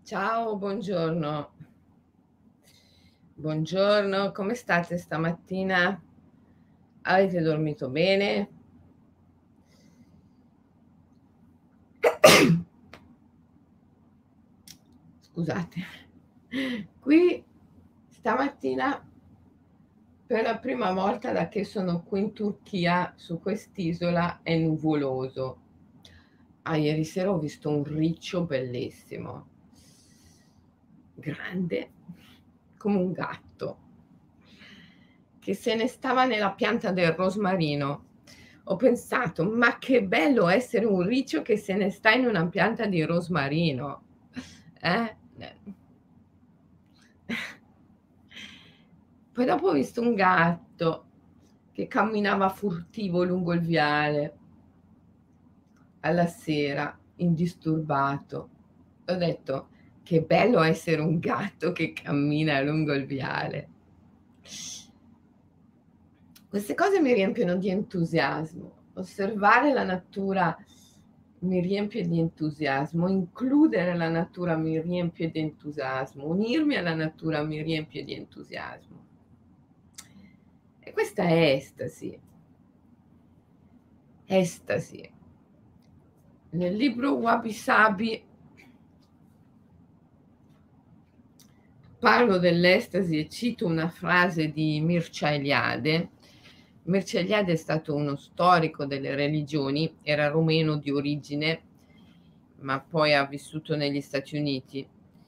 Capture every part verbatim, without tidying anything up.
Ciao, buongiorno. Buongiorno, come state stamattina? Avete dormito bene? Scusate. Qui stamattina, per la prima volta da che sono qui in Turchia, su quest'isola, è nuvoloso. Ah, ieri sera ho visto un riccio bellissimo, grande come un gatto, che se ne stava nella pianta del rosmarino. Ho pensato: "Ma che bello essere un riccio che se ne sta in una pianta di rosmarino." Eh? Eh. Poi dopo ho visto un gatto che camminava furtivo lungo il viale alla sera, indisturbato. Ho detto: "Che bello essere un gatto che cammina lungo il viale." Queste cose mi riempiono di entusiasmo. Osservare la natura mi riempie di entusiasmo, includere la natura mi riempie di entusiasmo, unirmi alla natura mi riempie di entusiasmo. E questa è estasi. Estasi. Nel libro Wabi Sabi parlo dell'estasi e cito una frase di Mircea Eliade. Mircea Eliade è stato uno storico delle religioni, era rumeno di origine, ma poi ha vissuto negli Stati Uniti.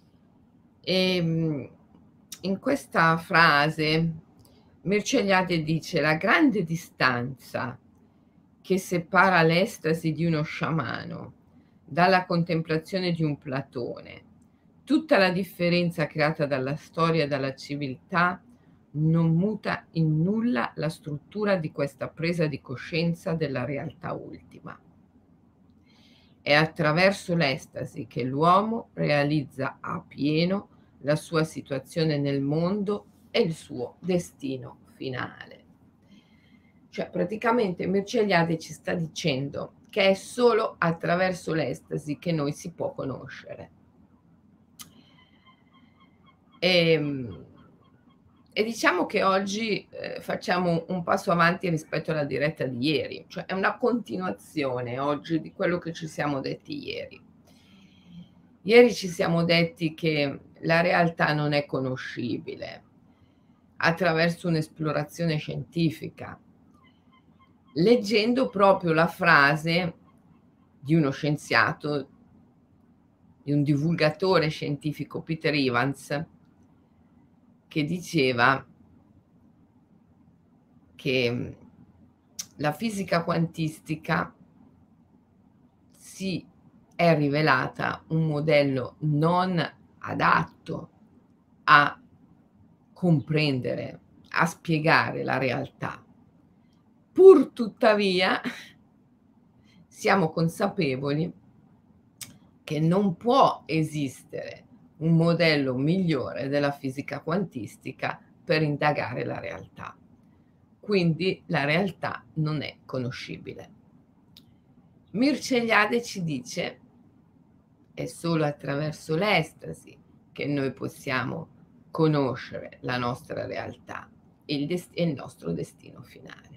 Ehm, in questa frase Mircea Eliade dice: "La grande distanza che separa l'estasi di uno sciamano dalla contemplazione di un Platone, tutta la differenza creata dalla storia e dalla civiltà, non muta in nulla la struttura di questa presa di coscienza della realtà ultima. È attraverso l'estasi che l'uomo realizza appieno la sua situazione nel mondo e il suo destino finale." Cioè, praticamente Mircea Eliade ci sta dicendo che è solo attraverso l'estasi che noi si può conoscere. Ehm, e diciamo che oggi, ehm, facciamo un passo avanti rispetto alla diretta di ieri, cioè è una continuazione oggi di quello che ci siamo detti ieri. Ieri ci siamo detti che la realtà non è conoscibile attraverso un'esplorazione scientifica, leggendo proprio la frase di uno scienziato, di un divulgatore scientifico, Peter Evans, che diceva che, mhmm, la fisica quantistica si è rivelata un modello non adatto a comprendere, a spiegare la realtà. Pur tuttavia siamo consapevoli che non può esistere un modello migliore della fisica quantistica per indagare la realtà. Quindi la realtà non è conoscibile. Mircea Eliade ci dice: è solo attraverso l'estasi che noi possiamo conoscere la nostra realtà e il des e il nostro destino finale.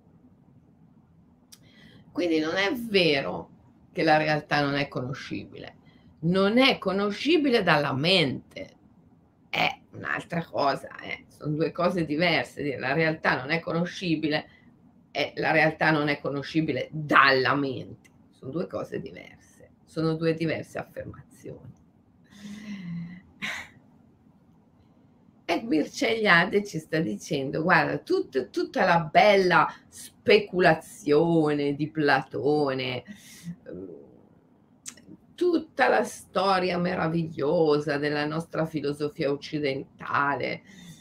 Quindi non è vero che la realtà non è conoscibile, non è conoscibile dalla mente. È un'altra cosa, eh, son due cose diverse, dire la realtà non è conoscibile e la realtà non è conoscibile dalla mente. Son due cose diverse, sono due diverse affermazioni. E Mircea Eliade ci sta dicendo: "Guarda, tut tutta la bella speculazione di Platone, uhm, tutta la storia meravigliosa della nostra filosofia occidentale"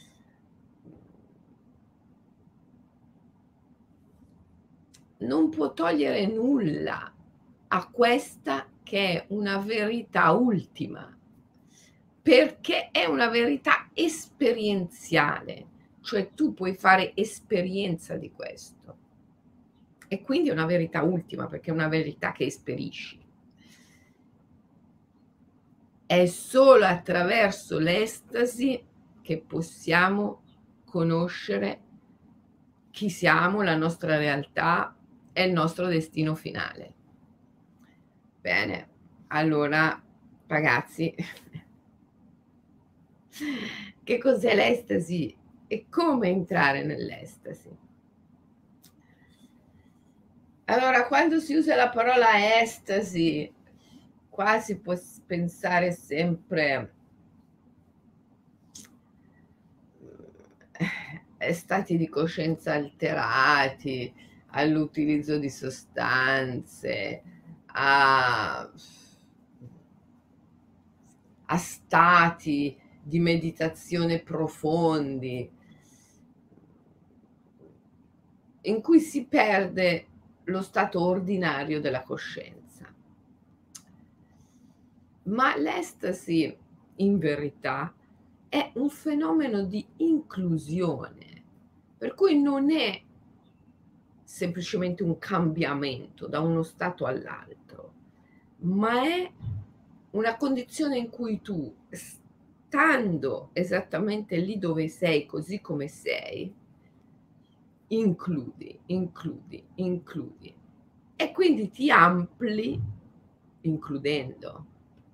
"non può togliere nulla a questa che è una verità ultima." Perché è una verità esperienziale, cioè tu puoi fare esperienza di questo. E quindi è una verità ultima, perché è una verità che esperisci. È solo attraverso l'estasi che possiamo conoscere chi siamo, la nostra realtà e il nostro destino finale. Bene, allora ragazzi, che cos'è l'estasi e come entrare nell'estasi? Allora, quando si usa la parola estasi, qua si può s pensare sempre eh, stati di coscienza alterati, all'utilizzo di sostanze, a a stati di meditazione profondi, in cui si perde lo stato ordinario della coscienza. Ma l'estasi, in verità, è un fenomeno di inclusione, per cui non è semplicemente un cambiamento da uno stato all'altro, ma è una condizione in cui tu, stando esattamente lì dove sei, così come sei, includi, includi, includi e quindi ti ampli includendo.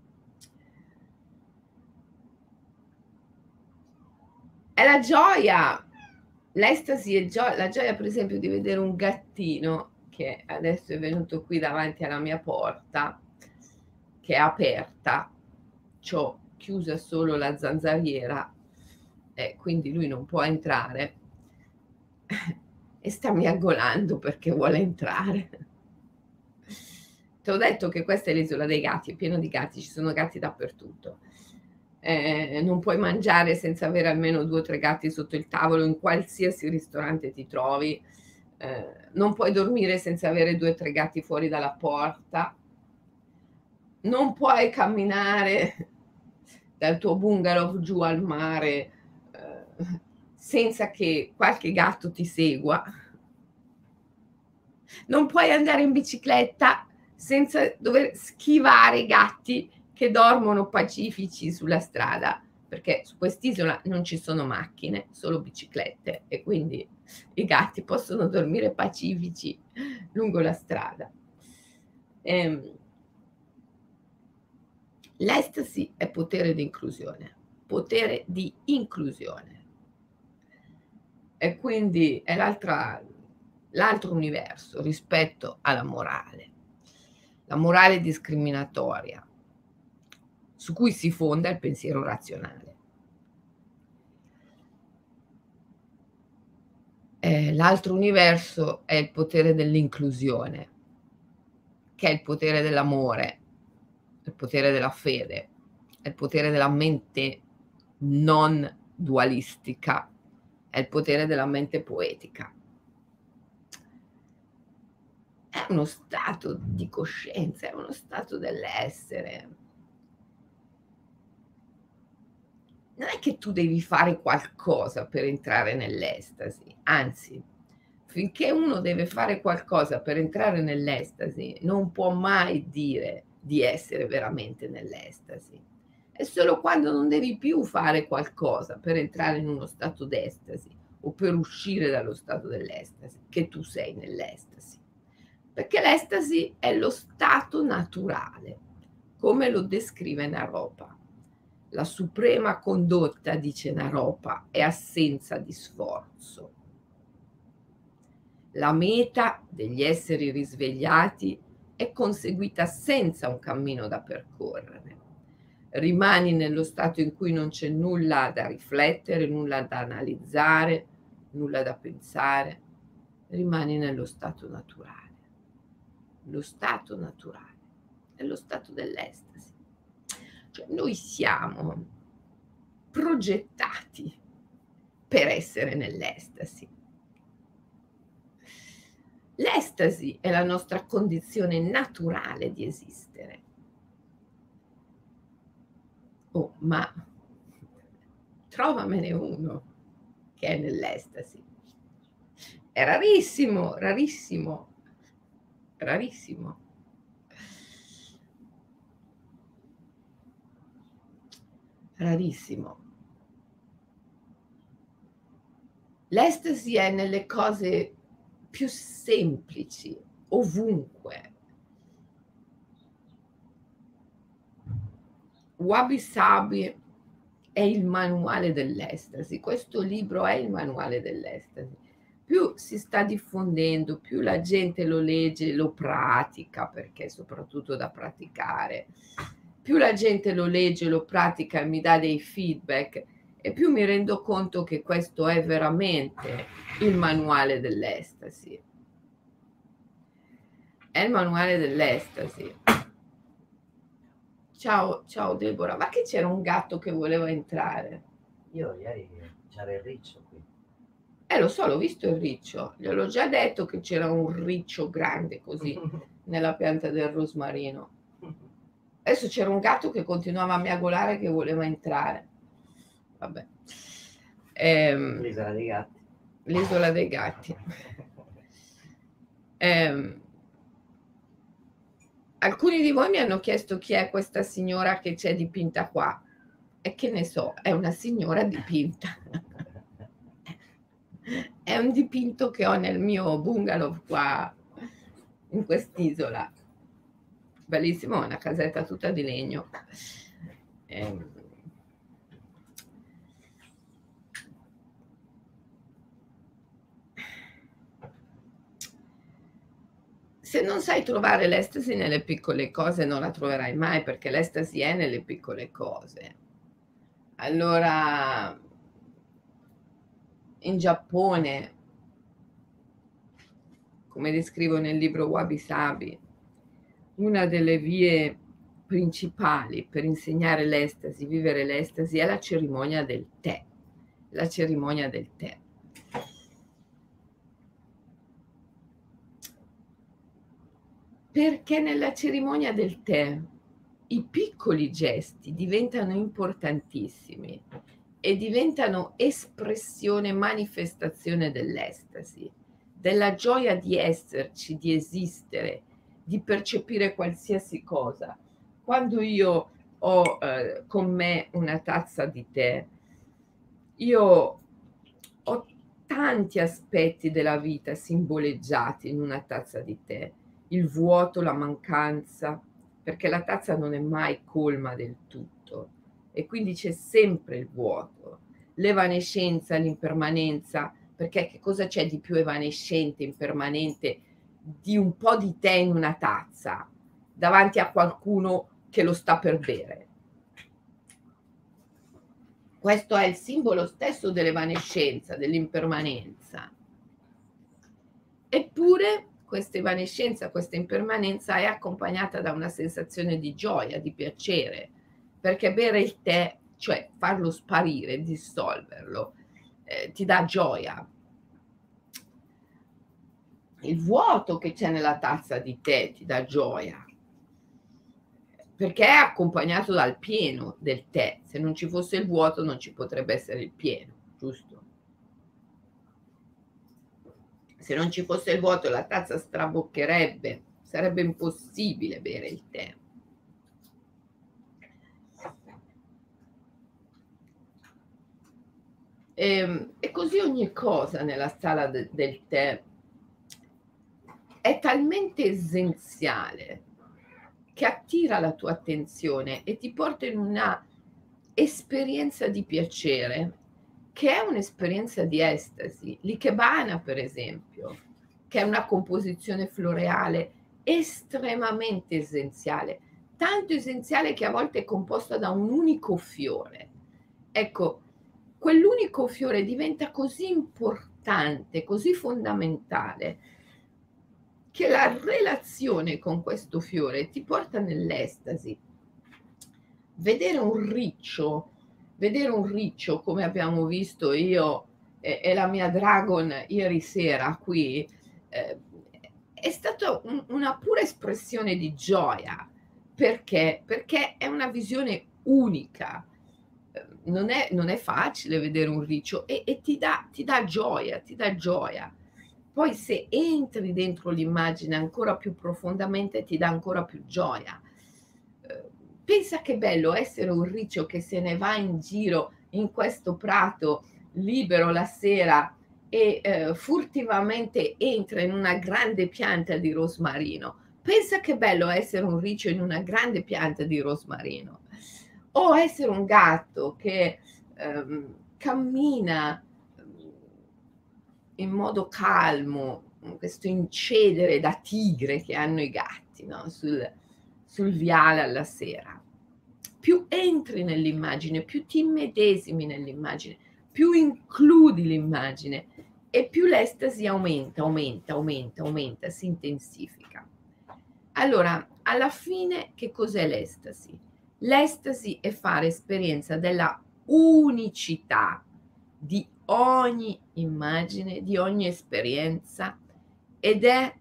È la gioia, l'estasi è gio la gioia per esempio di vedere un gattino che adesso è venuto qui davanti alla mia porta, che è aperta, c'ho chiusa solo la zanzariera e quindi lui non può entrare e sta miagolando perché vuole entrare. T'ho detto che questa è l'isola dei gatti, è pieno di gatti, ci sono gatti dappertutto. Eh, non puoi mangiare senza avere almeno due o tre gatti sotto il tavolo in qualsiasi ristorante ti trovi. Eh, non puoi dormire senza avere due o tre gatti fuori dalla porta. Non puoi camminare dal tuo bungalow giù al mare eh, senza che qualche gatto ti segua. Non puoi andare in bicicletta senza dover schivare i gatti che dormono pacifici sulla strada, perché su quest'isola non ci sono macchine, solo biciclette e quindi i gatti possono dormire pacifici lungo la strada. Ehm, l'estasi è potere di inclusione, potere di inclusione. E quindi è l'altra l'altro universo rispetto alla morale. La morale discriminatoria, su cui si fonda il pensiero razionale. Eh, l'altro universo è il potere dell'inclusione, che è il potere dell'amore, il potere della fede, è il potere della mente non dualistica, è il potere della mente poetica. È uno stato di coscienza, è uno stato dell'essere. Non è che tu devi fare qualcosa per entrare nell'estasi, anzi, finché uno deve fare qualcosa per entrare nell'estasi, non può mai dire di essere veramente nell'estasi. È solo quando non devi più fare qualcosa per entrare in uno stato d'estasi o per uscire dallo stato dell'estasi che tu sei nell'estasi. Perché l'estasi è lo stato naturale, come lo descrive Naropa. La suprema condotta, dice Naropa, è assenza di sforzo. La meta degli esseri risvegliati è conseguita senza un cammino da percorrere. Rimani nello stato in cui non c'è nulla da riflettere, nulla da analizzare, nulla da pensare. Rimani nello stato naturale. Lo stato naturale è lo stato dell'estasi. Cioè noi siamo progettati per essere nell'estasi. L'estasi è la nostra condizione naturale di esistere. Oh, ma trovamene uno che è nell'estasi. È rarissimo, rarissimo, rarissimo. Rarissimo. L'estasi è nelle cose più semplici, ovunque. Wabi Sabi è il manuale dell'estasi, questo libro è il manuale dell'estasi. Più si sta diffondendo, più la gente lo legge, lo pratica, perché è soprattutto da praticare, più la gente lo legge, lo pratica e mi dà dei feedback, e più mi rendo conto che questo è veramente il manuale dell'estasi. È il manuale dell'estasi. Ciao, ciao Deborah, ma che c'era un gatto che voleva entrare? Io ieri c'era il riccio qui. Eh, lo so, l'ho visto il riccio, gliel'ho già detto che c'era un riccio grande così nella pianta del rosmarino. Adesso c'era un gatto che continuava a miagolare che voleva entrare. Vabbè. Ehm, L'isola dei gatti. L'isola dei gatti. Ehm, alcuni di voi mi hanno chiesto chi è questa signora che c'è dipinta qua. E che ne so, è una signora dipinta. È un dipinto che ho nel mio bungalow qua in quest'isola. Bellissimo, una casetta tutta di legno. Ehm, Se non sai trovare l'estasi nelle piccole cose, non la troverai mai, perché l'estasi è nelle piccole cose. Allora, in Giappone, come descrivo nel libro Wabi Sabi, una delle vie principali per insegnare l'estasi, vivere l'estasi, è la cerimonia del tè. La cerimonia del tè. Perché nella cerimonia del tè i piccoli gesti diventano importantissimi e diventano espressione, manifestazione dell'estasi, della gioia di esserci, di esistere, di percepire qualsiasi cosa. Quando io ho eh, con me una tazza di tè, io ho tanti aspetti della vita simboleggiati in una tazza di tè. Il vuoto, la mancanza, perché la tazza non è mai colma del tutto e quindi c'è sempre il vuoto, l'evanescenza, l'impermanenza, perché che cosa c'è di più evanescente, impermanente di un po' di tè in una tazza davanti a qualcuno che lo sta per bere? Questo è il simbolo stesso dell'evanescenza, dell'impermanenza. Eppure questa evanescenza, questa impermanenza è accompagnata da una sensazione di gioia, di piacere, perché bere il tè, cioè farlo sparire, dissolverlo, eh, ti dà gioia. Il vuoto che c'è nella tazza di tè ti dà gioia, perché è accompagnato dal pieno del tè. Se non ci fosse il vuoto non ci potrebbe essere il pieno, giusto? Se non ci fosse il vuoto la tazza straboccherebbe, sarebbe impossibile bere il tè. E, e così ogni cosa nella sala de, del tè è talmente essenziale che attira la tua attenzione e ti porta in una esperienza di piacere che è un'esperienza di estasi. L'ikebana, per esempio, che è una composizione floreale estremamente essenziale, tanto essenziale che a volte è composta da un unico fiore. Ecco, quell'unico fiore diventa così importante, così fondamentale, che la relazione con questo fiore ti porta nell'estasi. Vedere un riccio, vedere un riccio come abbiamo visto io e, e la mia dragon ieri sera qui, eh, è stata un, una pura espressione di gioia. Perché? Perché è una visione unica. Non è, non è facile vedere un riccio e, e ti dà, ti dà gioia, ti dà gioia. Poi se entri dentro l'immagine ancora più profondamente ti dà ancora più gioia. pensa che bello essere un riccio che se ne va in giro in questo prato libero la sera e eh, furtivamente entra in una grande pianta di rosmarino. Pensa che bello essere un riccio in una grande pianta di rosmarino. O essere un gatto che ehm, cammina in modo calmo, questo incedere da tigre che hanno i gatti, no? sul, sul viale alla sera. Più entri nell'immagine, più ti immedesimi nell'immagine, più includi l'immagine e più l'estasi aumenta, aumenta, aumenta, aumenta, si intensifica. Allora, alla fine che cos'è l'estasi? L'estasi è fare esperienza della unicità di ogni immagine, di ogni esperienza, ed è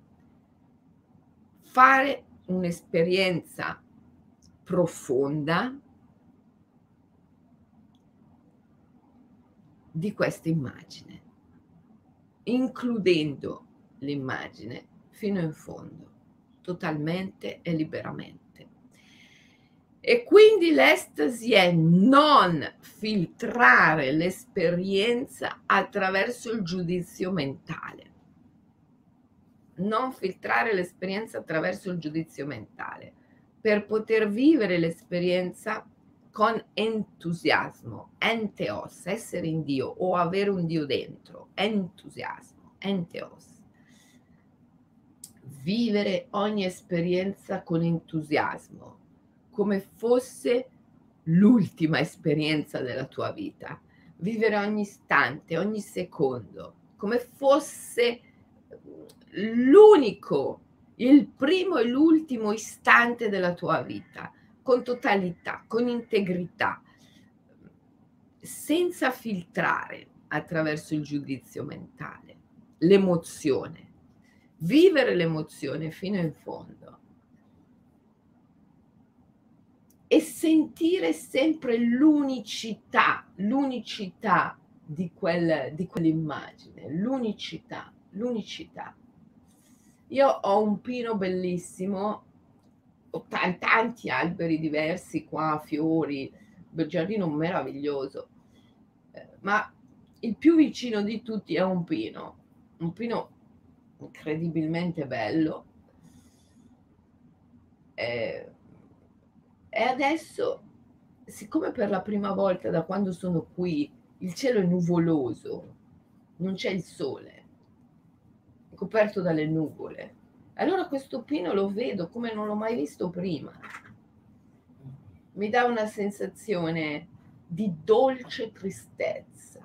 fare un'esperienza profonda di questa immagine, includendo l'immagine fino in fondo, totalmente e liberamente. E quindi l'estasi è non filtrare l'esperienza attraverso il giudizio mentale. Non filtrare l'esperienza attraverso il giudizio mentale, per poter vivere l'esperienza con entusiasmo, enteos, essere in Dio o avere un Dio dentro, entusiasmo, enteos. Vivere ogni esperienza con entusiasmo, come fosse l'ultima esperienza della tua vita. Vivere ogni istante, ogni secondo, come fosse l'unico, il primo e l'ultimo istante della tua vita, con totalità, con integrità, senza filtrare attraverso il giudizio mentale, l'emozione. Vivere l'emozione fino in fondo e sentire sempre l'unicità, l'unicità di, quel, di quell'immagine, l'unicità, l'unicità. Io ho un pino bellissimo, ho t- tanti alberi diversi qua, fiori, un giardino meraviglioso, eh, ma il più vicino di tutti è un pino, un pino incredibilmente bello. Eh, e adesso, siccome per la prima volta da quando sono qui il cielo è nuvoloso, non c'è il sole, è coperto dalle nuvole, allora questo pino lo vedo come non l'ho mai visto prima. Mi dà una sensazione di dolce tristezza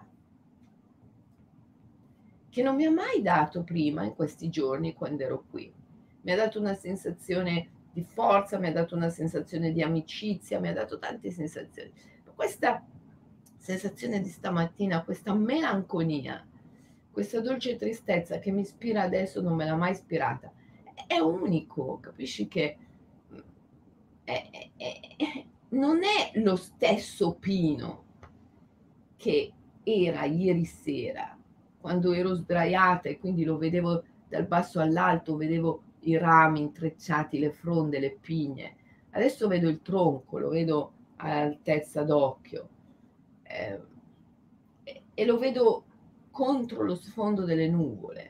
che non mi ha mai dato prima in questi giorni quando ero qui. Mi ha dato una sensazione di forza, mi ha dato una sensazione di amicizia, mi ha dato tante sensazioni. Questa sensazione di stamattina, questa melanconia, questa dolce tristezza che mi ispira adesso, non me l'ha mai ispirata, è unico, capisci che è, è, è, non è lo stesso pino che era ieri sera, quando ero sdraiata e quindi lo vedevo dal basso all'alto, vedevo i rami intrecciati, le fronde, le pigne. Adesso vedo il tronco, lo vedo all'altezza d'occhio eh, e lo vedo contro lo sfondo delle nuvole.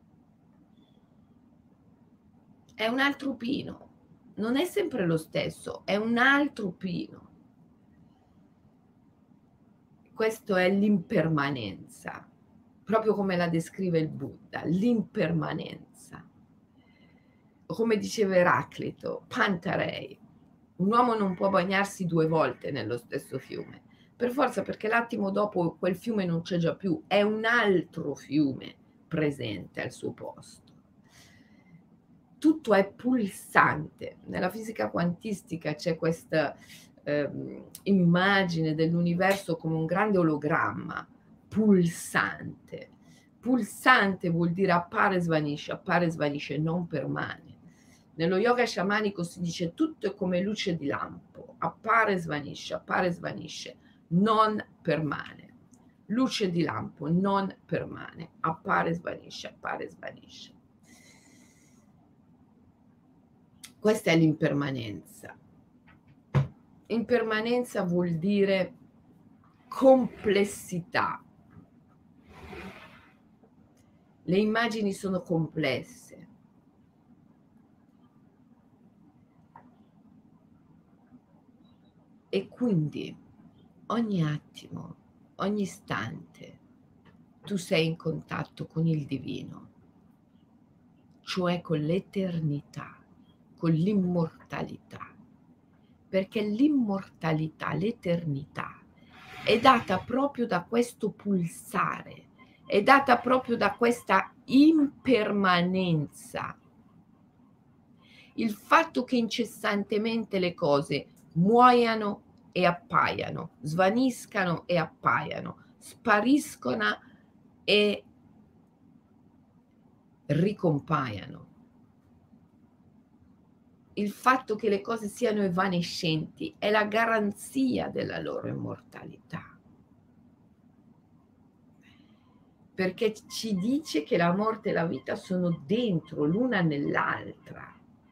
È un altro pino, non è sempre lo stesso, è un altro pino. Questo è l'impermanenza, proprio come la descrive il Buddha, l'impermanenza. Come diceva Eraclito, Pantarei, un uomo non può bagnarsi due volte nello stesso fiume, per forza, perché l'attimo dopo quel fiume non c'è già più, è un altro fiume presente al suo posto. Tutto è pulsante. Nella fisica quantistica c'è questa eh, immagine dell'universo come un grande ologramma pulsante. Pulsante vuol dire appare e svanisce, appare e svanisce, non permane. Nello yoga sciamanico si dice tutto è come luce di lampo, appare e svanisce, appare e svanisce, non permane. Luce di lampo non permane, appare e svanisce, appare e svanisce. Questa è l'impermanenza. Impermanenza vuol dire complessità. Le immagini sono complesse. E quindi ogni attimo, ogni istante, tu sei in contatto con il divino, cioè con l'eternità, con l'immortalità, perché l'immortalità, l'eternità è data proprio da questo pulsare, è data proprio da questa impermanenza. Il fatto che incessantemente le cose muoiano e appaiano, svaniscano e appaiano, spariscono e ricompaiano. Il fatto che le cose siano evanescenti è la garanzia della loro immortalità. Perché ci dice che la morte e la vita sono dentro l'una nell'altra.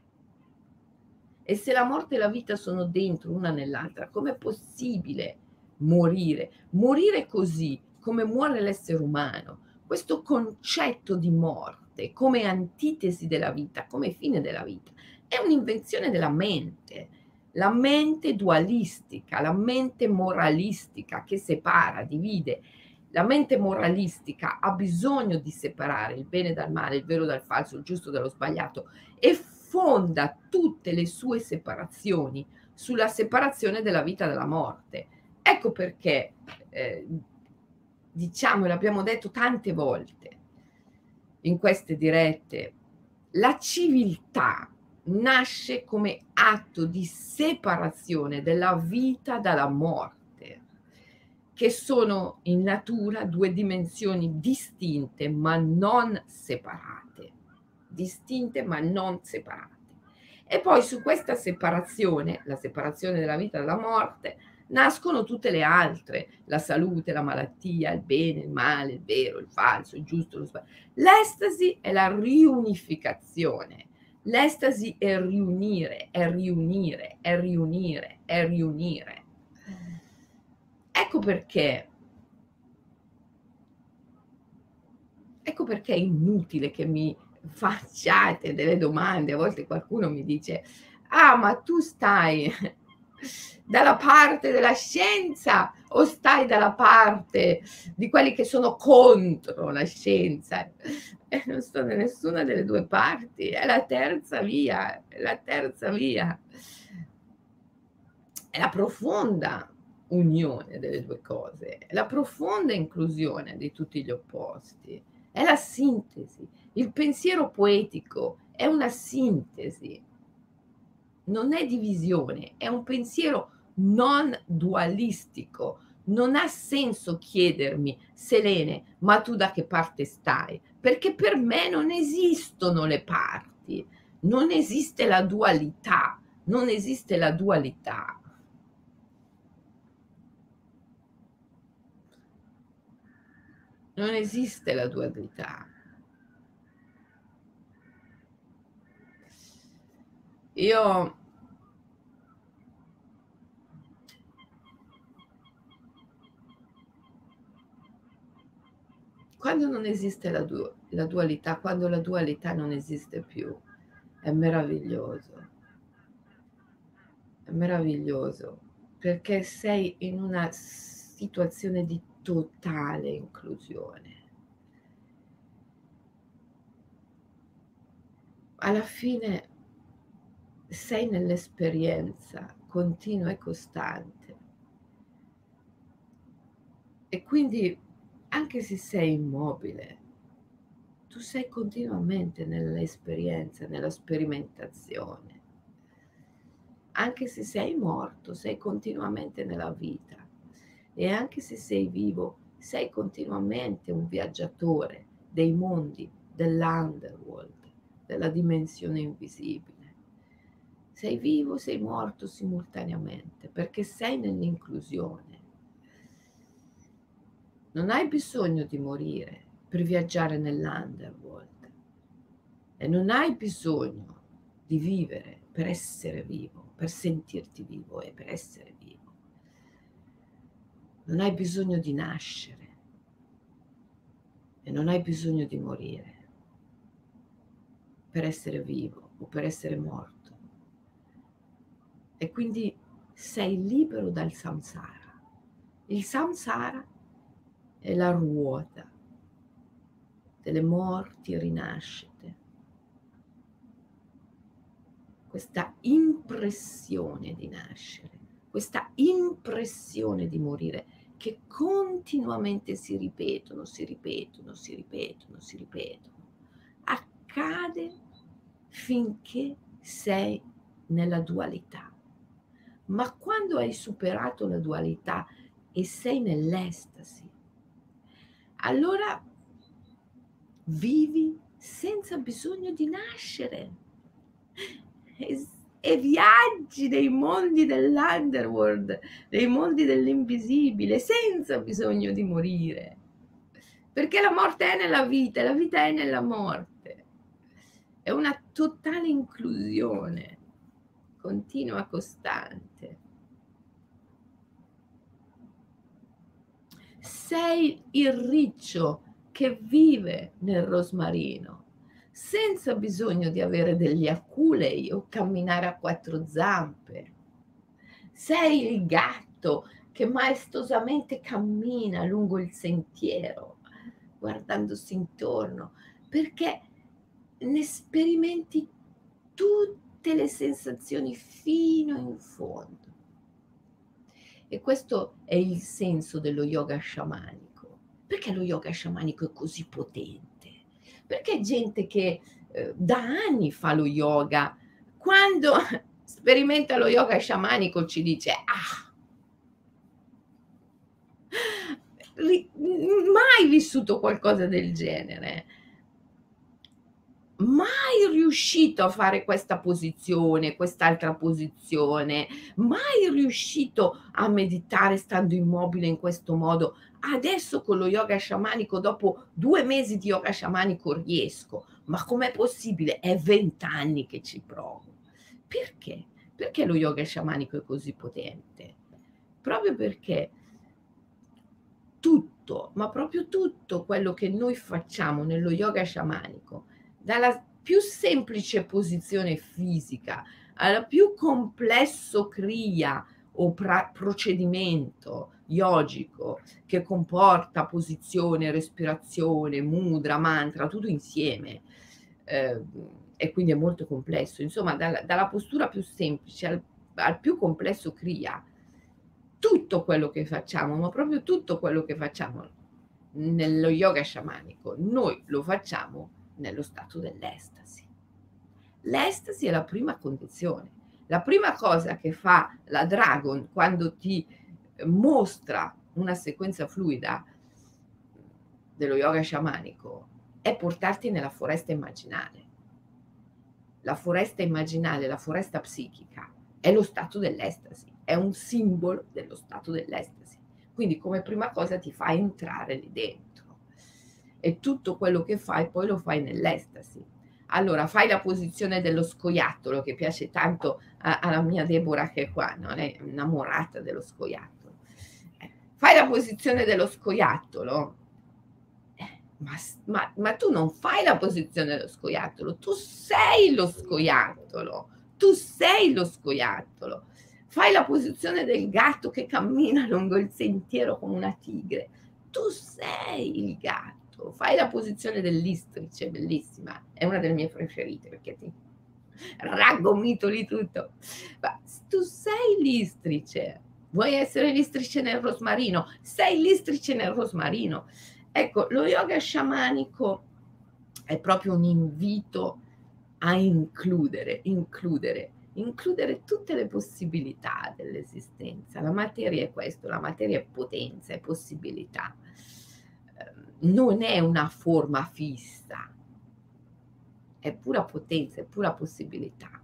E se la morte e la vita sono dentro una nell'altra, com'è possibile morire? Morire così, come muore l'essere umano, questo concetto di morte come antitesi della vita, come fine della vita, è un'invenzione della mente, la mente dualistica, la mente moralistica che separa, divide. La mente moralistica ha bisogno di separare il bene dal male, il vero dal falso, il giusto dallo sbagliato, e fonda tutte le sue separazioni sulla separazione della vita dalla morte. Ecco perché, eh, diciamo, e l'abbiamo detto tante volte in queste dirette, la civiltà nasce come atto di separazione della vita dalla morte, che sono in natura due dimensioni distinte ma non separate, distinte ma non separate. E poi su questa separazione, la separazione della vita dalla morte, nascono tutte le altre, la salute, la malattia, il bene, il male, il vero, il falso, il giusto, lo sbagliato. L'estasi è la riunificazione. L'estasi è riunire, è riunire, è riunire, è riunire. Ecco perché, ecco perché è inutile che mi facciate delle domande. A volte qualcuno mi dice: ah, ma tu stai dalla parte della scienza o stai dalla parte di quelli che sono contro la scienza? E non sto da nessuna delle due parti, è la terza via, è la terza via. È la profonda unione delle due cose, è la profonda inclusione di tutti gli opposti, è la sintesi. Il pensiero poetico è una sintesi, non è divisione, è un pensiero non dualistico. Non ha senso chiedermi: Selene, ma tu da che parte stai? Perché per me non esistono le parti, non esiste la dualità, non esiste la dualità. Non esiste la dualità. Io quando non esiste la, du la dualità, quando la dualità non esiste più, è meraviglioso. È meraviglioso, perché sei in una situazione di totale inclusione. Alla fine sei nell'esperienza continua e costante. E quindi, anche se sei immobile, tu sei continuamente nell'esperienza, nella sperimentazione. Anche se sei morto, sei continuamente nella vita. E anche se sei vivo, sei continuamente un viaggiatore dei mondi, dell'underworld, della dimensione invisibile. Sei vivo, sei morto simultaneamente, perché sei nell'inclusione. Non hai bisogno di morire per viaggiare nell'underworld e non hai bisogno di vivere per essere vivo, per sentirti vivo e per essere vivo. Non hai bisogno di nascere e non hai bisogno di morire per essere vivo o per essere morto. E quindi sei libero dal samsara. Il samsara è la ruota delle morti e rinascite. Questa impressione di nascere, questa impressione di morire, che continuamente si ripetono, si ripetono, si ripetono, si ripetono, accade finché sei nella dualità. Ma quando hai superato la dualità e sei nell'estasi, allora vivi senza bisogno di nascere e, e viaggi nei mondi dell'underworld, nei mondi dell'invisibile, senza bisogno di morire, perché la morte è nella vita e la vita è nella morte. È una totale inclusione continua, costante. Sei il riccio che vive nel rosmarino, senza bisogno di avere degli aculei o camminare a quattro zampe. Sei il gatto che maestosamente cammina lungo il sentiero, guardandosi intorno, perché ne sperimenti tutte le sensazioni fino in fondo. E questo è il senso dello yoga sciamanico. Perché lo yoga sciamanico è così potente? Perché gente che eh, da anni fa lo yoga, quando sperimenta lo yoga sciamanico ci dice ah, mai vissuto qualcosa del genere, mai riuscito a fare questa posizione, quest'altra posizione, mai riuscito a meditare stando immobile in questo modo. Adesso con lo yoga sciamanico, dopo due mesi di yoga sciamanico riesco. Ma com'è possibile? È vent'anni che ci provo. Perché? Perché lo yoga sciamanico è così potente? Proprio perché tutto, ma proprio tutto quello che noi facciamo nello yoga sciamanico, dalla più semplice posizione fisica al più complesso kriya o pra- procedimento yogico che comporta posizione, respirazione, mudra, mantra, tutto insieme, eh, e quindi è molto complesso. Insomma, dalla, dalla postura più semplice al, al più complesso kriya, tutto quello che facciamo, ma proprio tutto quello che facciamo nello yoga sciamanico, noi lo facciamo nello stato dell'estasi. L'estasi è la prima condizione. La prima cosa che fa la Dragon quando ti mostra una sequenza fluida dello yoga sciamanico è portarti nella foresta immaginale. La foresta immaginale, la foresta psichica, è lo stato dell'estasi, è un simbolo dello stato dell'estasi. Quindi come prima cosa ti fa entrare lì dentro e tutto quello che fai poi lo fai nell'estasi. Allora fai la posizione dello scoiattolo che piace tanto a, alla mia Deborah che è qua, non è innamorata dello scoiattolo. Eh, fai la posizione dello scoiattolo, eh, ma, ma, ma tu non fai la posizione dello scoiattolo, tu sei lo scoiattolo, tu sei lo scoiattolo. Fai la posizione del gatto che cammina lungo il sentiero come una tigre, tu sei il gatto. Fai la posizione dell'istrice, bellissima, è una delle mie preferite perché ti raggomitoli tutto. Ma tu sei l'istrice, vuoi essere l'istrice nel rosmarino, sei l'istrice nel rosmarino. Ecco, lo yoga sciamanico è proprio un invito a includere, includere, includere tutte le possibilità dell'esistenza. La materia è questo, la materia è potenza, è possibilità. Non è una forma fissa, è pura potenza, è pura possibilità.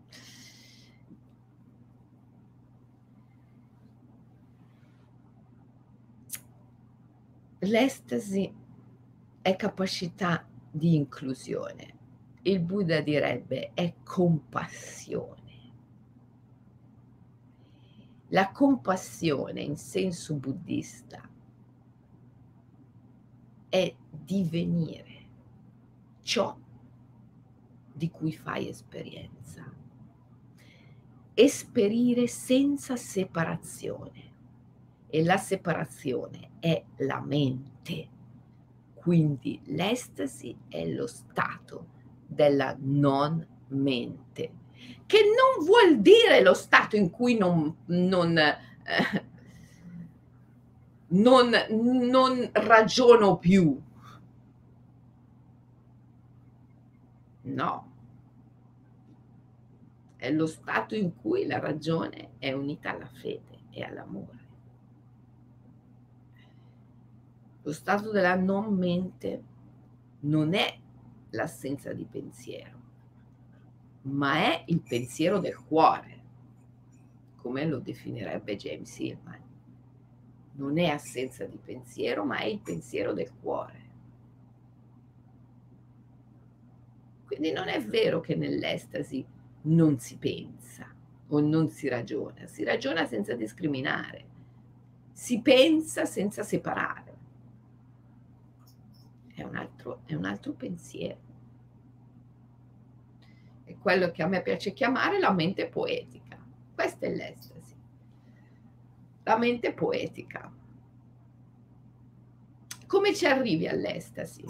L'estasi è capacità di inclusione. Il Buddha direbbe è compassione. La compassione in senso buddista è divenire ciò di cui fai esperienza. Esperire senza separazione. E la separazione è la mente. Quindi l'estasi è lo stato della non mente, che non vuol dire lo stato in cui non, non, eh, non, non ragiono più. No. È lo stato in cui la ragione è unita alla fede e all'amore. Lo stato della non mente non è l'assenza di pensiero, ma è il pensiero del cuore, come lo definirebbe James Hillman. Non è assenza di pensiero, ma è il pensiero del cuore. Quindi non è vero che nell'estasi non si pensa o non si ragiona, si ragiona senza discriminare, si pensa senza separare. È un altro, è un altro pensiero. È quello che a me piace chiamare la mente poetica. Questa è l'estasi. La mente poetica. Come ci arrivi all'estasi?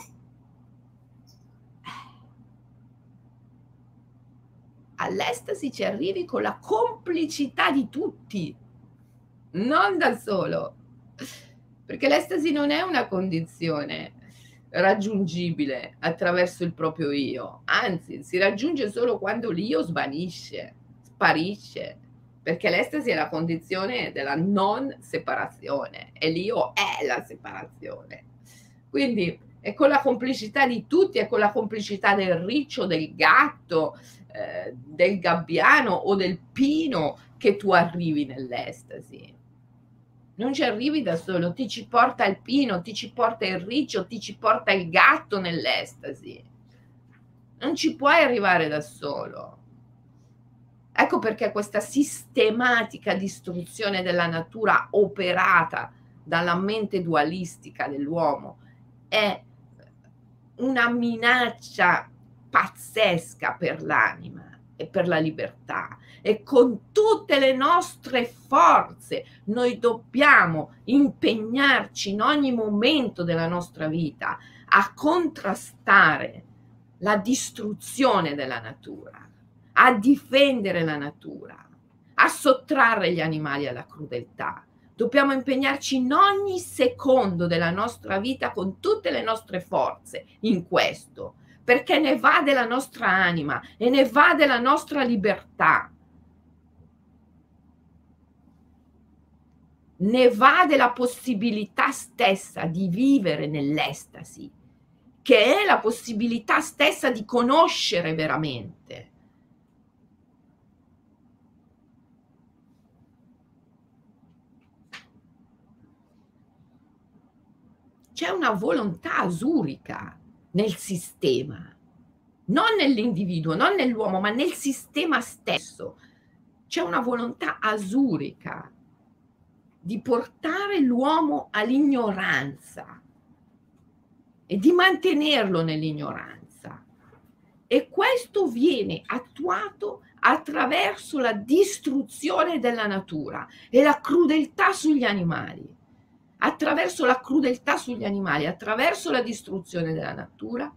All'estasi ci arrivi con la complicità di tutti, non da solo, perché l'estasi non è una condizione raggiungibile attraverso il proprio io, anzi si raggiunge solo quando l'io svanisce, sparisce, perché l'estasi è la condizione della non separazione e l'io è la separazione. Quindi è con la complicità di tutti, è con la complicità del riccio, del gatto, eh, del gabbiano o del pino che tu arrivi nell'estasi. Non ci arrivi da solo, ti ci porta il pino, ti ci porta il riccio, ti ci porta il gatto nell'estasi. Non ci puoi arrivare da solo. Ecco perché questa sistematica distruzione della natura operata dalla mente dualistica dell'uomo è una minaccia pazzesca per l'anima e per la libertà, e con tutte le nostre forze noi dobbiamo impegnarci in ogni momento della nostra vita a contrastare la distruzione della natura, a difendere la natura, a sottrarre gli animali alla crudeltà. Dobbiamo impegnarci in ogni secondo della nostra vita con tutte le nostre forze in questo, perché ne va della nostra anima e ne va della nostra libertà. Ne va della possibilità stessa di vivere nell'estasi, che è la possibilità stessa di conoscere veramente. C'è una volontà asurica nel sistema, non nell'individuo, non nell'uomo, ma nel sistema stesso. C'è una volontà asurica di portare l'uomo all'ignoranza e di mantenerlo nell'ignoranza. E questo viene attuato attraverso la distruzione della natura e la crudeltà sugli animali. Attraverso la crudeltà sugli animali, attraverso la distruzione della natura,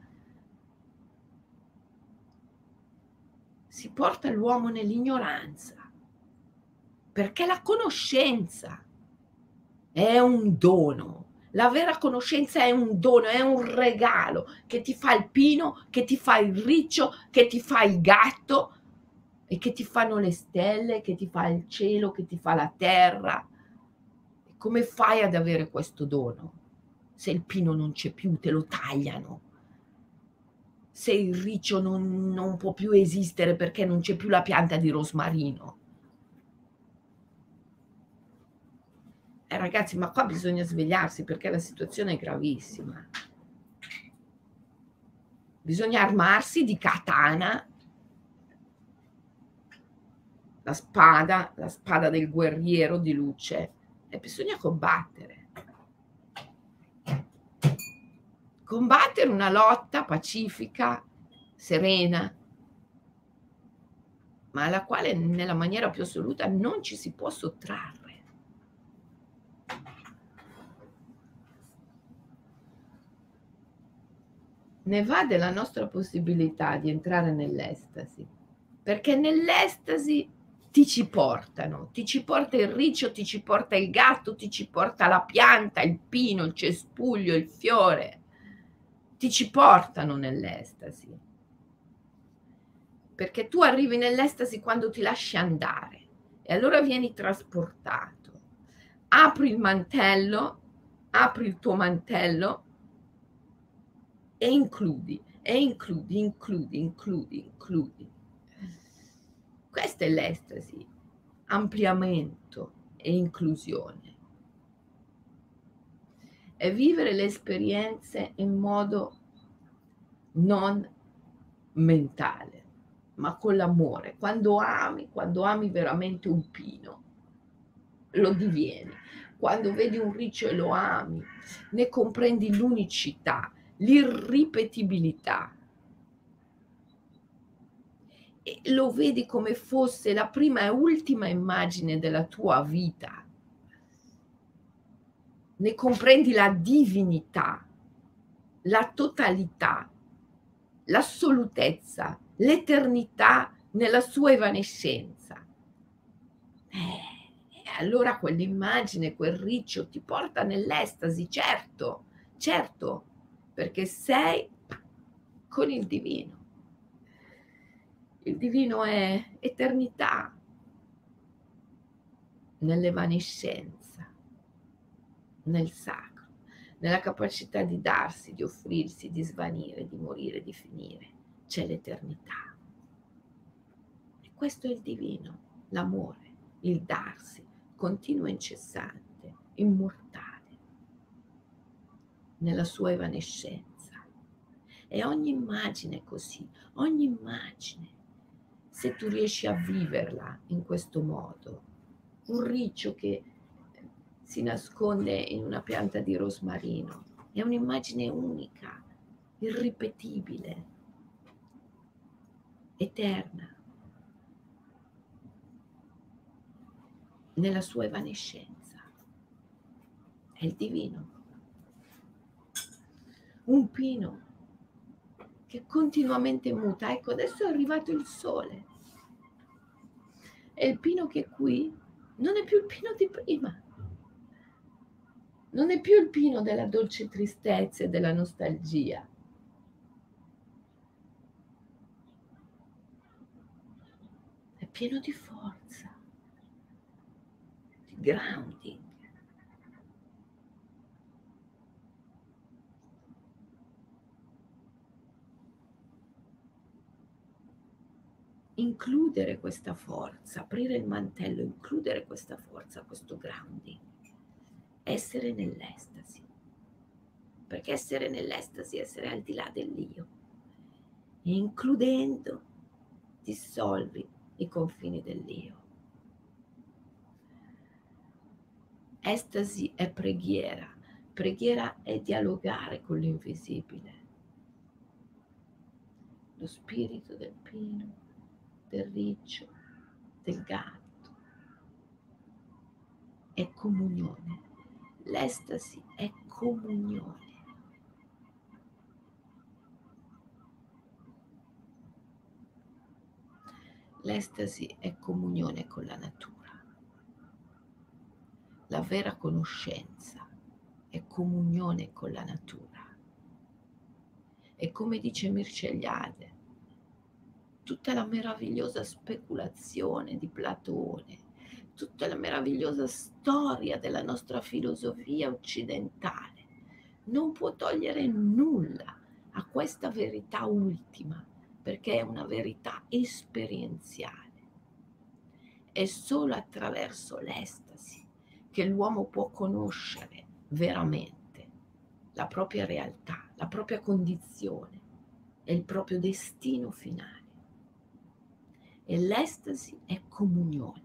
si porta l'uomo nell'ignoranza, perché la conoscenza è un dono. La vera conoscenza è un dono, è un regalo che ti fa il pino, che ti fa il riccio, che ti fa il gatto e che ti fanno le stelle, che ti fa il cielo, che ti fa la terra. Come fai ad avere questo dono? Se il pino non c'è più, te lo tagliano. Se il riccio non, non può più esistere perché non c'è più la pianta di rosmarino. Eh, ragazzi, ma qua bisogna svegliarsi perché la situazione è gravissima. Bisogna armarsi di katana la spada, la spada del guerriero di luce, e bisogna combattere. Combattere una lotta pacifica, serena, ma alla quale nella maniera più assoluta non ci si può sottrarre. Ne va della nostra possibilità di entrare nell'estasi, perché nell'estasi ti ci portano, ti ci porta il riccio, ti ci porta il gatto, ti ci porta la pianta, il pino, il cespuglio, il fiore, ti ci portano nell'estasi, perché tu arrivi nell'estasi quando ti lasci andare e allora vieni trasportato. Apri il mantello, apri il tuo mantello e includi, e includi, includi, includi, includi. Questa è l'estasi, ampliamento e inclusione. È vivere le esperienze in modo non mentale, ma con l'amore. Quando ami, quando ami veramente un pino, lo divieni. Quando vedi un riccio e lo ami, ne comprendi l'unicità, l'irripetibilità. E lo vedi come fosse la prima e ultima immagine della tua vita. Ne comprendi la divinità, la totalità, l'assolutezza, l'eternità nella sua evanescenza. Eh, e allora quell'immagine, quel riccio ti porta nell'estasi, certo, certo, perché sei con il divino. Il divino è eternità nell'evanescenza, nel sacro, nella capacità di darsi, di offrirsi, di svanire, di morire, di finire. C'è l'eternità. E questo è il divino, l'amore, il darsi, continuo e incessante, immortale, nella sua evanescenza. E ogni immagine è così, ogni immagine, se tu riesci a viverla in questo modo, un riccio che si nasconde in una pianta di rosmarino, è un'immagine unica, irripetibile, eterna, nella sua evanescenza. È il divino. Un pino che continuamente muta. Ecco, adesso è arrivato il sole. E il pino che è qui non è più il pino di prima. Non è più il pino della dolce tristezza e della nostalgia. È pieno di forza, di grounding. Includere questa forza, aprire il mantello, includere questa forza, questo grounding, essere nell'estasi, perché essere nell'estasi è essere al di là dell'io, e includendo dissolvi i confini dell'io. Estasi è preghiera, preghiera è dialogare con l'invisibile, lo spirito del pino, del riccio, del gatto. È comunione. L'estasi è comunione. L'estasi è comunione con la natura. La vera conoscenza è comunione con la natura. E come dice Mircea Eliade, tutta la meravigliosa speculazione di Platone, tutta la meravigliosa storia della nostra filosofia occidentale non può togliere nulla a questa verità ultima, perché è una verità esperienziale. È solo attraverso l'estasi che l'uomo può conoscere veramente la propria realtà, la propria condizione e il proprio destino finale. e l'estasi è comunione.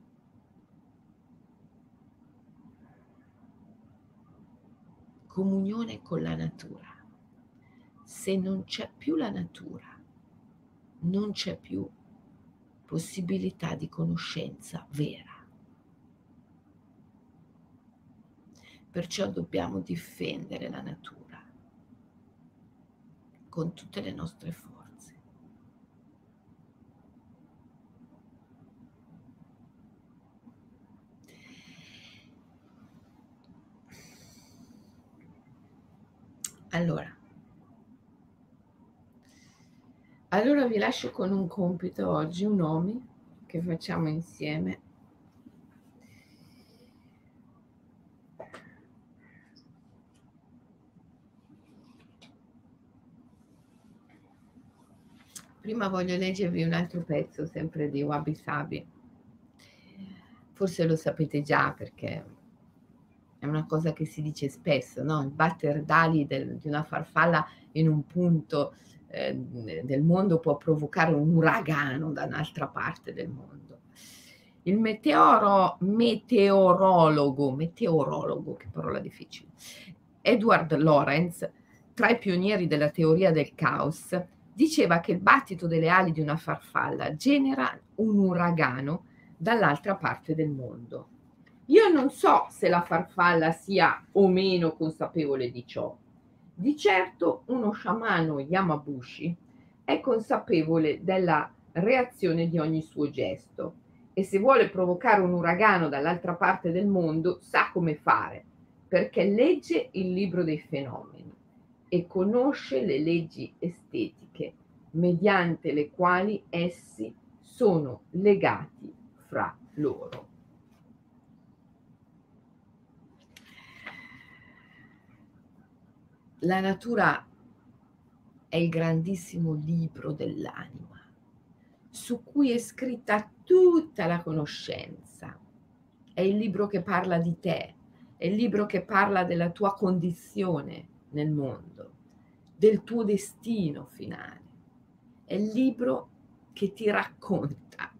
Comunione con la natura. Se non c'è più la natura, non c'è più possibilità di conoscenza vera. Perciò dobbiamo difendere la natura con tutte le nostre forze. Allora, allora vi lascio con un compito oggi, un nome che facciamo insieme. Prima voglio leggervi un altro pezzo, sempre di Wabi Sabi. Forse lo sapete già perché è una cosa che si dice spesso, no? Il batter d'ali del, di una farfalla in un punto eh, del mondo può provocare un uragano da un'altra parte del mondo. Il meteoro, meteorologo, meteorologo, che parola difficile, Edward Lorenz, tra i pionieri della teoria del caos, diceva che il battito delle ali di una farfalla genera un uragano dall'altra parte del mondo. Io non so se la farfalla sia o meno consapevole di ciò. Di certo uno sciamano Yamabushi è consapevole della reazione di ogni suo gesto e se vuole provocare un uragano dall'altra parte del mondo sa come fare, perché legge il libro dei fenomeni e conosce le leggi estetiche mediante le quali essi sono legati fra loro. La natura è il grandissimo libro dell'anima, su cui è scritta tutta la conoscenza. È il libro che parla di te, è il libro che parla della tua condizione nel mondo, del tuo destino finale. È il libro che ti racconta.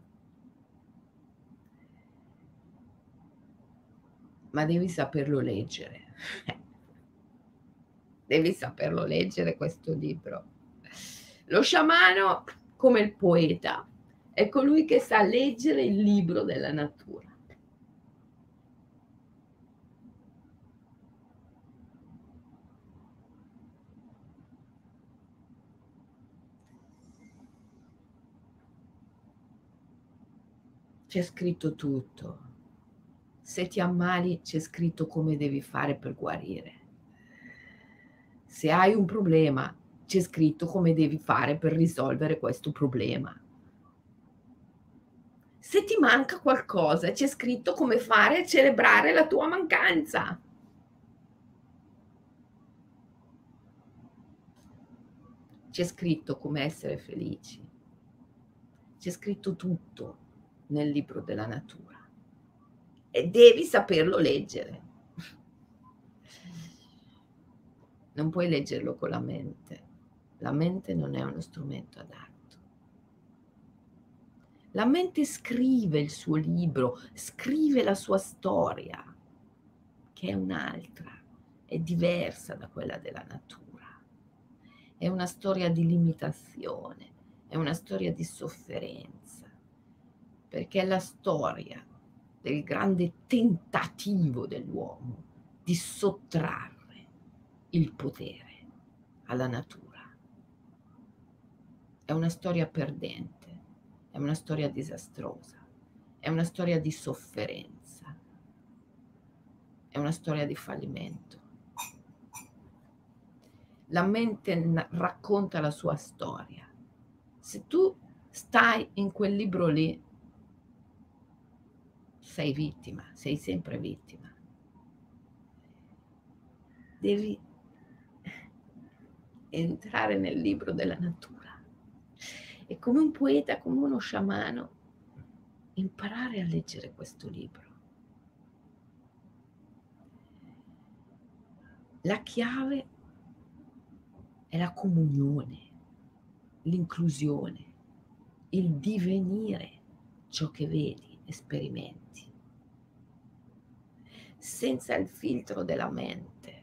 Ma devi saperlo leggere. Devi saperlo leggere questo libro. Lo sciamano, come il poeta, è colui che sa leggere il libro della natura. C'è scritto tutto. Se ti ammali, c'è scritto come devi fare per guarire. Se hai un problema, c'è scritto come devi fare per risolvere questo problema. Se ti manca qualcosa, c'è scritto come fare a celebrare la tua mancanza. C'è scritto come essere felici. C'è scritto tutto nel libro della natura. E devi saperlo leggere. Non puoi leggerlo con la mente. La mente non è uno strumento adatto. La mente scrive il suo libro, scrive la sua storia, che è un'altra, è diversa da quella della natura. È una storia di limitazione, è una storia di sofferenza, perché è la storia del grande tentativo dell'uomo di sottrarre il potere alla natura. È una storia perdente, è una storia disastrosa, è una storia di sofferenza, è una storia di fallimento. La mente racconta la sua storia. Se tu stai in quel libro lì, sei vittima, sei sempre vittima. Devi entrare nel libro della natura e come un poeta, come uno sciamano, imparare a leggere questo libro. La chiave è la comunione, l'inclusione, il divenire ciò che vedi e sperimenti, senza il filtro della mente.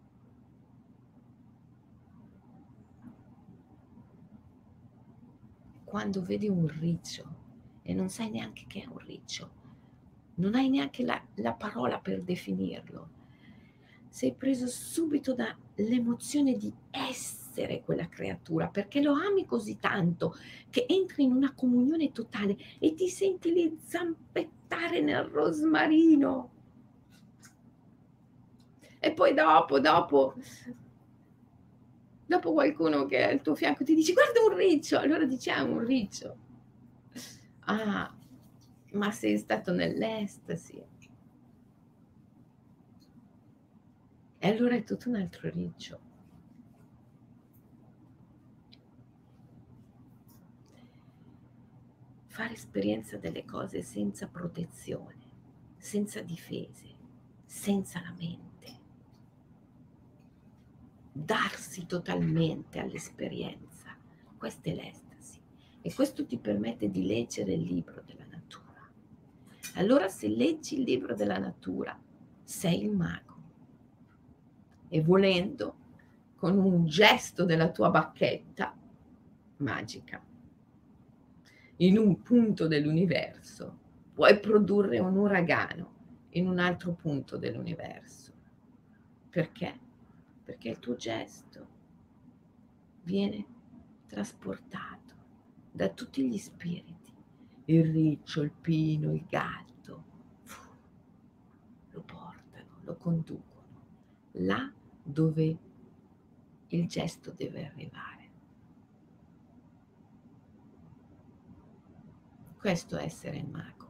Quando vedi un riccio e non sai neanche che è un riccio, non hai neanche la, la parola per definirlo, sei preso subito dall'emozione di essere quella creatura, perché lo ami così tanto che entri in una comunione totale e ti senti lì zampettare nel rosmarino. E poi dopo, dopo, dopo qualcuno che è al tuo fianco ti dice guarda un riccio, allora dici ah un riccio. Ah, ma sei stato nell'estasi. E allora è tutto un altro riccio. Fare esperienza delle cose senza protezione, senza difese, senza la mente. Darsi totalmente all'esperienza. Questa è l'estasi. E questo ti permette di leggere il libro della natura. Allora se leggi il libro della natura, sei il mago. E volendo, con un gesto della tua bacchetta magica, in un punto dell'universo, puoi produrre un uragano in un altro punto dell'universo. Perché? Perché il tuo gesto viene trasportato da tutti gli spiriti, il riccio, il pino, il gatto, lo portano, lo conducono là dove il gesto deve arrivare. Questo è essere il mago.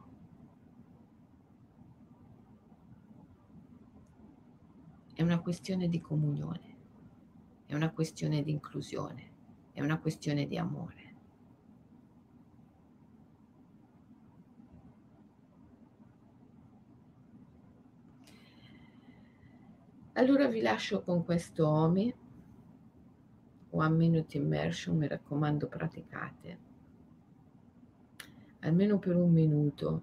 È una questione di comunione, è una questione di inclusione, è una questione di amore. Allora vi lascio con questo Omi, One Minute Immersion, mi raccomando praticate, almeno per un minuto,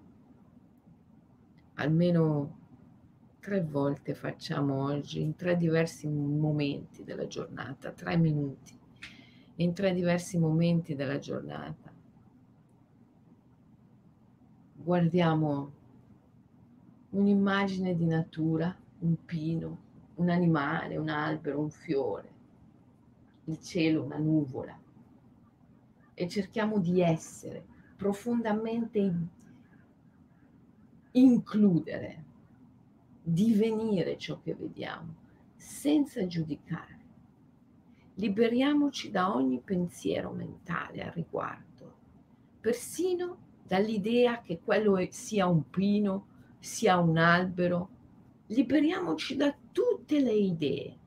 almeno tre volte facciamo oggi, in tre diversi momenti della giornata, tre minuti, in tre diversi momenti della giornata. Guardiamo un'immagine di natura, un pino, un animale, un albero, un fiore, il cielo, una nuvola, e cerchiamo di essere profondamente includere, divenire ciò che vediamo, senza giudicare. Liberiamoci da ogni pensiero mentale al riguardo, persino dall'idea che quello sia un pino, sia un albero. Liberiamoci da tutte le idee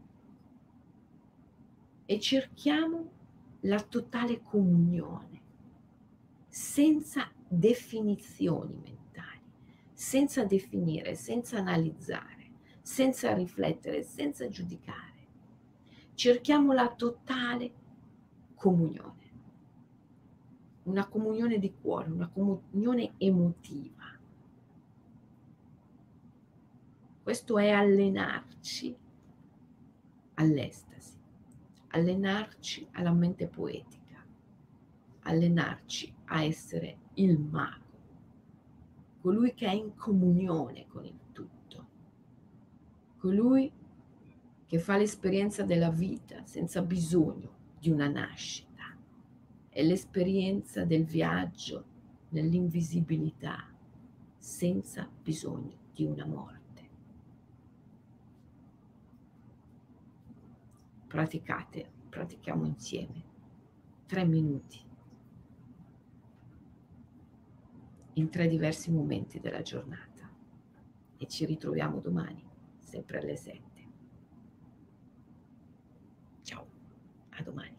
e cerchiamo la totale comunione, senza definizioni mentali, senza definire, senza analizzare, senza riflettere, senza giudicare. Cerchiamo la totale comunione, una comunione di cuore, una comunione emotiva. Questo è allenarci all'estasi, allenarci alla mente poetica, allenarci a essere il mago, colui che è in comunione con il tutto, colui che fa l'esperienza della vita senza bisogno di una nascita. È l'esperienza del viaggio nell'invisibilità senza bisogno di una morte. Praticate, pratichiamo insieme. Tre minuti. In tre diversi momenti della giornata. E ci ritroviamo domani, sempre alle sette. Ciao, a domani.